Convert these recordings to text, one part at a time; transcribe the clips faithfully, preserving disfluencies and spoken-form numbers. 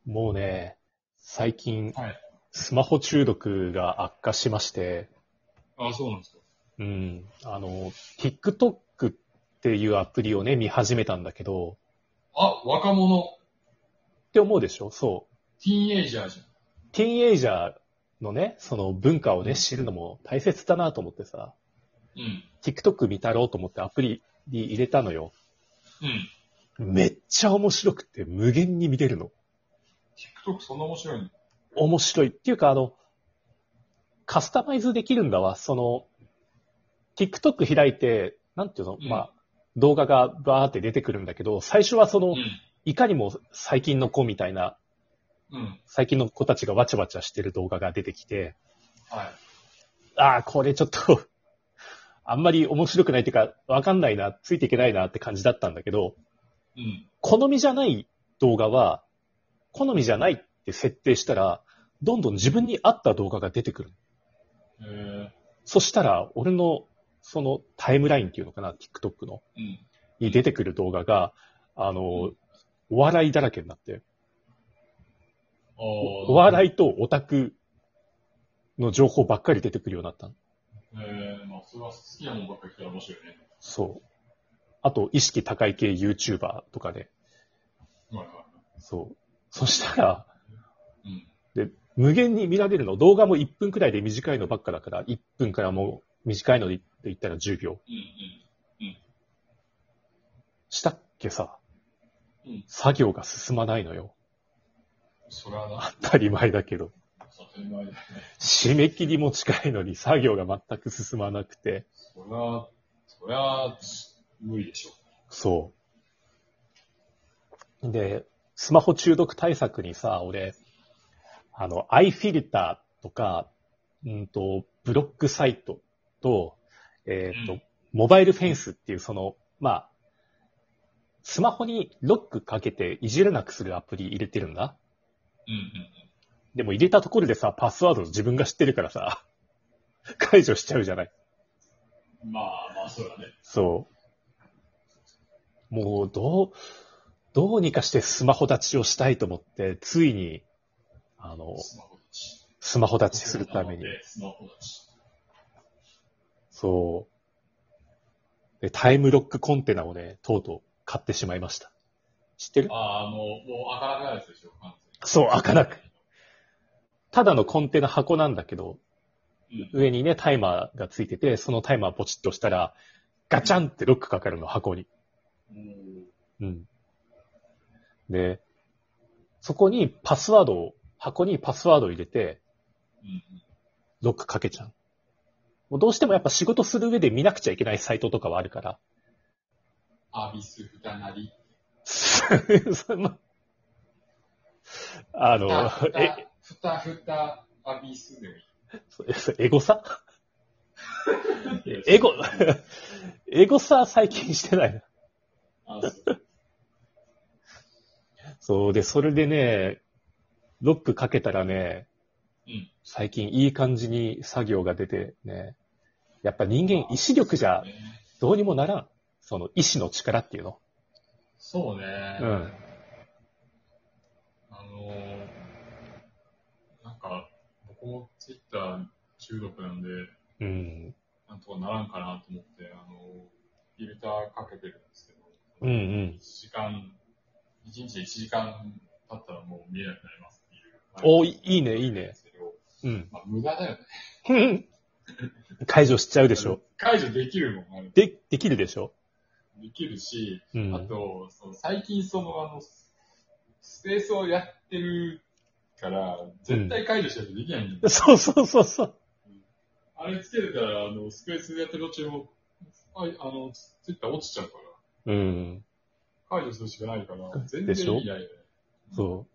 もうね、最近、 はい。 スマホ中毒が悪化しまして、 あ、そうなんですか。 うん、あの、TikTok っていうアプリをね、見始めたんだけど、 あ、若者、 って思うでしょ？そう。 ティーンエイジャーじティーンエイジャーのね、その文化をゃん。うね、 ん。 知るのも大切だなと思ってさ、 うん。 TikTok 見たろうと思ってアプリに入れたのよ。 うん。 めっちゃ面白くて無限に見れるの。 TikTok そんな面白いの？ 面白い。っていうか、あの、カスタマイズできるんだわ。その、TikTok 開いて、なんていうの、 うん。 まあ、動画がバーって出てくるんだけど、最初はその、 うん。 いかにも最近の子みたいな、 うん。 最近の子たちがわちゃわちゃしてる動画が出てきて、 はい。 ああ、これちょっとあんまり面白くないっていうか、わかんないな、ついていけないなって感じだったんだけど、 うん。 好みじゃない動画は、好みじゃないって設定したら、どんどん自分に合った動画が出てくる。 へえ。 そしたら、俺の、そのタイムラインっていうのかな、TikTok の、 うん。うん。 に出てくる動画が、あの、 うん。 お笑いだらけになって、 ああ、 おなるほど。 笑いとオタクの情報ばっかり出てくるようになったの。 へえ、まあ、それは好きなもんばっかり来たら面白いね。 そう。あと、意識高い系 YouTuber とかで、 はいはいはそう。そしたら、 い。うん。 で、無限に見られるの。動画もいっぷんくらいで短いのばっかだから、いっぷんからもう短いので言ったらじゅうびょう。 うん。うん。 したっけさ、 うん。うん。 作業が進まないのよ。 それはな、 当たり前だけど。 当たり前だよね。 締め切りも近いのに作業が全く進まなくて。 それは、それは、無理でしょ。 そう。で、スマホ中毒対策にさ、俺、あの、アイフィルターとか、うんと、ブロックサイトと、えっと、 うん。 モバイルフェンスっていう、その、まあ、スマホにロックかけていじれなくするアプリ入れてるんだ。 うん。うん。 でも入れたところでさ、パスワード自分が知ってるからさ、解除しちゃうじゃない。 まあまあ、そうだね。 そう。もう、どう、どうにかしてスマホ立ちをしたいと思って、ついに、あの、 スマホ立ち。 スマホ立ちする男なのために、 でスマホ立ち。 そう。で、タイムロックコンテナをね、とうとう買ってしまいました。知ってる？ ああ、もう、もう開かなくなるやつでしょ、完そう、開かなく。 全に。 ただのコンテナ箱なんだけど、 うん。 上にね、タイマーがついてて、そのタイマーポチッと押したら、ガチャンってロックかかるの、箱に。 うん。 うん。で、そこにパスワードを、箱にパスワードを入れて、 うん。 ロックかけちゃう。もうどうしてもやっぱ仕事する上で見なくちゃいけないサイトとかはあるから。 アビス、ふたなり。 そのあふた、 の、 ふた、 え、 ふた、ふた、アビスでもいそエゴサい。いや、 エゴ、 そう。うん。 エゴサ最近してないな。 あ、そう。 そうで、それでね、ロックかけたらね、 うん。 最近いい感じに作業が出てね、やっぱ人間意まあ、 志力じゃそうね。 どうにもならん。その意志の力っていうの。 そうね。 うん。 あのー、なんか、僕もツイッター中毒なんで、 うん。 なんとかならんかなと思って、あのー、フィルターかけてるんですけど、 うんうん。 いちじかん、いちにちでいちじかん経ったらもう見えなくなりますっていう、あれお、いいね、 かけてるんでいいね。 すけど、 うん。 まあ、無駄だよね。 解除しちゃうであれしょ。 解除できるもん、あれ。 で、できるでしょ。 できるし、あうん。 と、その最近その、あの、スペースをやってるから、絶うん。 対解除しないとできないんだよ。 そうそうそうそう。 あれつけてたら、あの、スペースやってる途中も、ああの、ツイッター落ちちゃうかうん。 ら、解除するしかないから、全でしょ？ 然意味ないよね。 そう。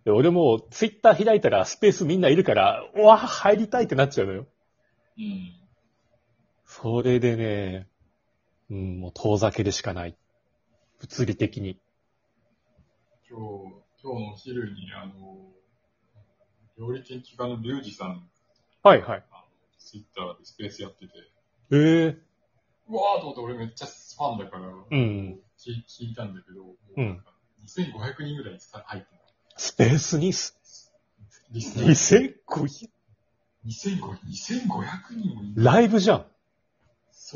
で、俺もツイッター開いたらスペースみんないるから、うわ、入りたいってなっちゃうのよ。 うん。 それでね、うん、もう遠ざけでしかない。物理的に。 今日、今日の昼に、あの、料理研究家のリュウジさん、 はいはい。 あの、ツイッターでスペースやってて、 ええうわーと思って俺めっちゃファンだから、あのうん。 聞聞いたんだけど、もうん。 うなんか、にせんごひゃくにんぐらい入ってる。 スペースニースリスナーにせんごひゃく、 にせんごひゃくにんもいる。 ライブじゃん。 そう。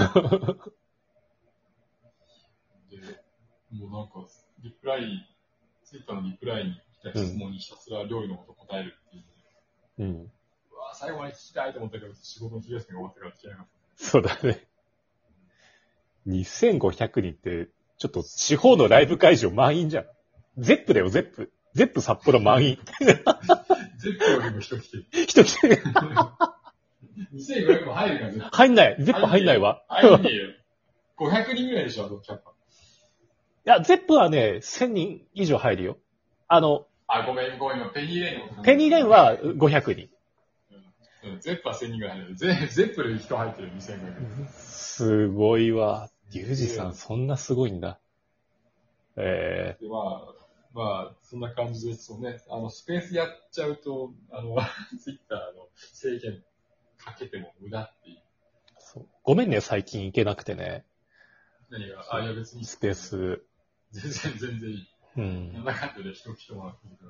で、もうなんか、リプライ、ツイッターのリプライに来た質問にひたすら料理のこと答えるっていう。 うん。 うわぁ、最後まで聞きたいと思ったけど、仕事の昼休みが終わってから聞けなかった。 そうだね。にせんごひゃくにんって、ちょっと地方のライブ会場満員じゃん。ゼップだよ、ゼップ。ゼップ札幌満員。 ゼップよりも人来てる。 人来てる。 にせんごひゃくも入るから、ゼップ。 入んない。ゼップ入んないわ。 入んねえよ。ごひゃくにんぐらいでしょ、あのキャッパ。 いや、ゼップはね、せんにん以上入るよ。あの、 あ、ごめん、ごめん、ペニーレーンのこと。 ペニーレンはごひゃくにん。 うん、ゼップはせんにんぐらい入る。ゼゼップで人入ってる、にせんごひゃくにん。 すごいわ。リュウジさん、そんなすごいんだ。えで、まあ、まあ、そんな感じですよね。あの、スペースやっちゃうと、あの、ツイッターの制限かけても無駄っていう。 ー、そうごめんね、最近行けなくてね。 何が、あ、いや別に。 スペース。 全然、全然いい。 うん。 なんだかんだで人来てもらってるから。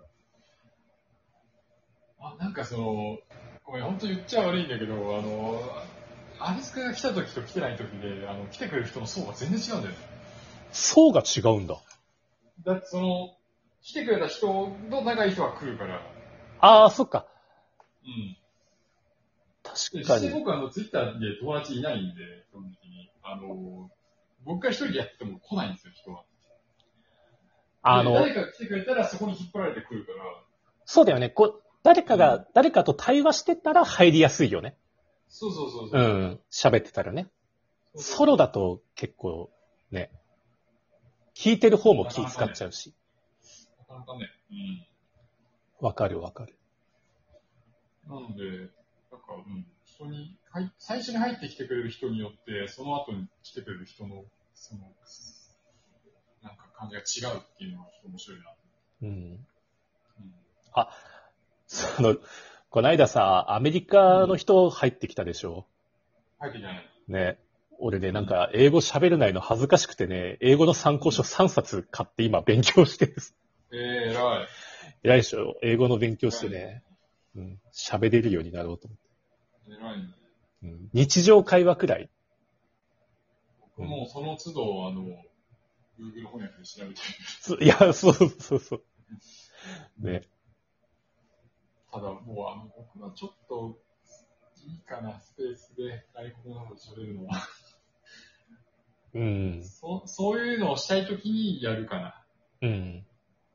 あ、なんかその、ごめん、本当言っちゃ悪いんだけど、あの、アリスクが来た時と来てない時で、あの、来てくれる人の層が全然違うんだよね。 層が違うんだ。 だってその、来てくれた人の仲いい人は来るから。 ああ、そっか。 うん。 確かに。 実際僕はあの、ツイッターで友達いないんで、基本的に。あの、僕が一人でやっても来ないんですよ、人は。 あの、 誰かが来てくれたらそこに引っ張られてくるから。 そうだよね。こう、誰かが、 うん、 誰かと対話してたら入りやすいよね。 そうそうそうそう。 うん。喋ってたらね。 そうそうソロだと結構、ね。聞いてる方も気使っちゃうし。 なかなかね。うん。 わかるわかる。 なので、なんか、うん、人に、はい、最初に入ってきてくれる人によって、その後に来てくれる人の、その、なんか感じが違うっていうのはちょっと面白いな。 うん。 うん、 あ、その、こないださ、アメリカの人入ってきたでしょ。 入ってきない。 ね。俺ね、なんか、英語喋れないの恥ずかしくてね、英語の参考書さんさつ買って今勉強してる。 えー、偉い。 偉いでしょ。英語の勉強してね、うん、喋れるようになろうと思って。 偉いね。 うん、日常会話くらい。 僕もその都度、あの、Google 翻訳で調べてそいや、そうそうそう。 る。 ね。 ただ、もう、あの、僕はちょっと、いいかな、スペースで外国のこと喋るのは。 うん。 そそういうのをしたいときにやるかな。 うん。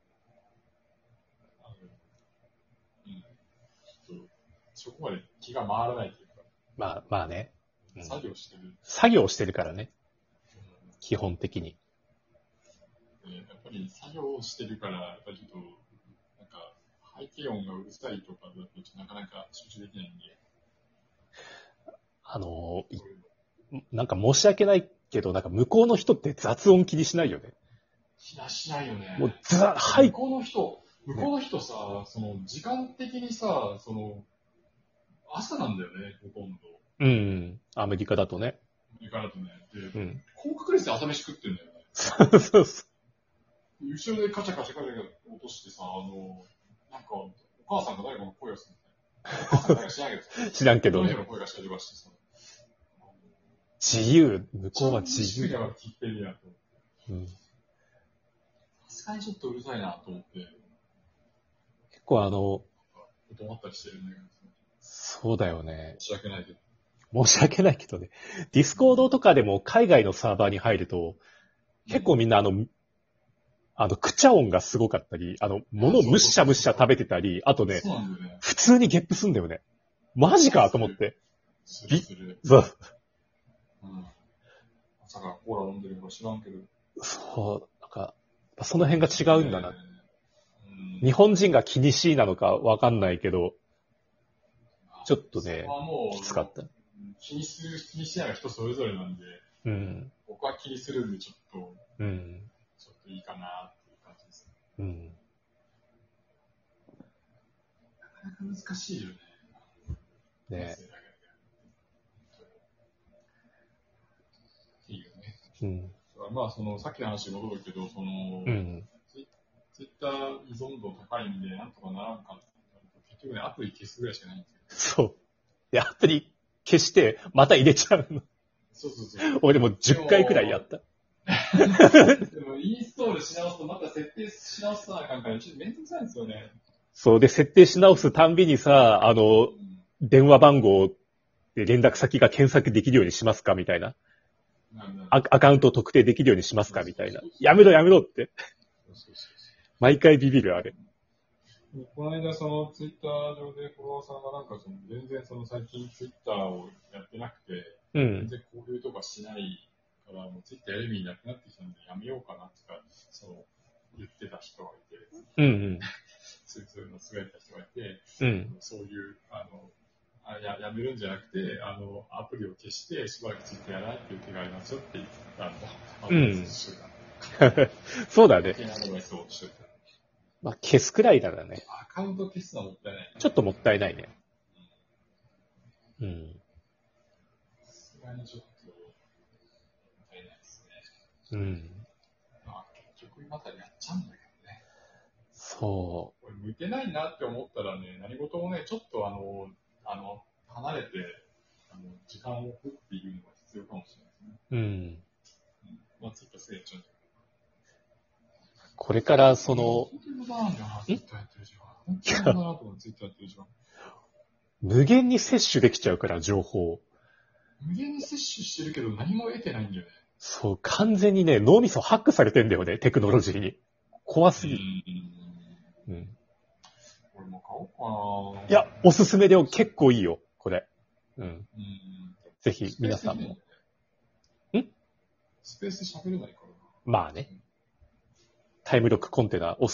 あのうん。ちょっと、そこまで気が回らないというか、 まあ、まあね。うん、 作業してる。 作業してるからね。 うん、 基本的に。 でやっぱり作業してるから、やっぱりちょっと、なんか、背景音がうるさいとかだと、なかなか集中できないんで。 あの、 そういうのなんか申し訳ないけど、なんか向こうの人って雑音気にしないよね。 気がしないよね。 もうザ、はい。 向こうの人、向こうの人さ、その、時間的にさ、その、朝なんだよね、ほとんど。 うん。アメリカだとね。 アメリカだとね。で、 うん。 高確率で朝飯食ってんだよね。 そうそうそ後ろでカチャカチャカチャ落としてさ、あの、なんか、お母さんが誰かの声がするんだよ。お母さんが誰か知らんけどさ。 う。知らんけどねその人。の声がしたりはしてさ。 自由。向こうは自由だ。 ちゃんと聞いてるやんと。 うん。 さすがにちょっとうるさいなと思って、 結構あの、 断ったりしてるんだけどそうだよね。 申し訳ないけど。 申し訳ないけどね。ディスコードとかでも海外のサーバーに入ると、結構みんなあの、あの、クチャ音がすごかったり、あの、物をむっしゃむっしゃ食べてたり、あとね、 そうなんだよね。 普通にゲップすんだよね。マジかと思って。 するする。 そう。 うん。朝からコーラ飲んでるのか知らんけど。 そう、なんか、その辺が違うんだな。 うん、 日本人が気にしいなのかわかんないけど、ちょっとね、きつかった。 気にする、気にしないのは人それぞれなんで、 うん。 僕は気にするんで、ちょっと、 うん。 ちょっといいかなっていう感じですね。 うん。 なかなか難しいよね。 ねっていうね。 うん。 まあ、その、さっきの話に戻るけど、その、 うん。 ツイッター依存度高いんで、なんとかならんかってなると、結局ね、アプリ消すぐらいしかないんですよ。 そう。で、アプリ消して、また入れちゃうの。 そうそうそう。 俺もうじゅっかいくらいやった。 でも、インストールし直すと、また設定し直さなあかんから、ちょっとめんどくさいんですよね。 そうで、設定し直すたんびにさ、あの、 うん、 電話番号で連絡先が検索できるようにしますかみたいな。 なんだアアカウントを特定できるようにしますかみたいな。やめろやめろって。 そうそうそう毎回ビビる、あれ。 この間、そのツイッター上でフォロワーさんがなんかその全然その最近ツイッターをやってなくて、 うん。 全然交流とかしないから、もうツイッターやる意味なくなってきたんでやめようかなとか、その言ってた人がいて、 うんうん。 そういうのつぶやいた人がいて、 うん。 そういう、あの、あややめるんじゃなくて、あの、アプリを消してしばらくツイッターやらないっていう手がありますよって言ったのを、アドバイスしといた。 そうだね。 アドバイスをしといた。 まあ、消すくらいならね。 アカウント消すのはもったいない。 ちょっともったいないね。うん。 さすがにちょっと、もったいないですね。 うん。 まあ、結局今からやっちゃうんだけどね。 そこれ向いてないなって思ったらね、何事もね、ちょっとあの、あの、離れて、あの、時間を置くっていうのが必要かもしれないですね。 う。うん。 うん。まあ、ツイッターすぐやっちゃうんだけど。 これからその、 本当に無駄なんだよな、ツイッターやってる時間。本当に無駄だなと思う、ツイッターやってる時間。 無限に摂取できちゃうから、情報。 無限に摂取してるけど何も得てないんだよね。 そう、完全にね、脳みそハックされてんだよね、テクノロジーに。怖すぎる。 うん。 うん。 俺も買おうかな。 いや、おすすめで結構いいよ、これ。うん。 うん。 ぜひ、皆さんも。んスペース喋れないからな。 まあね。タイムロックコンテナおす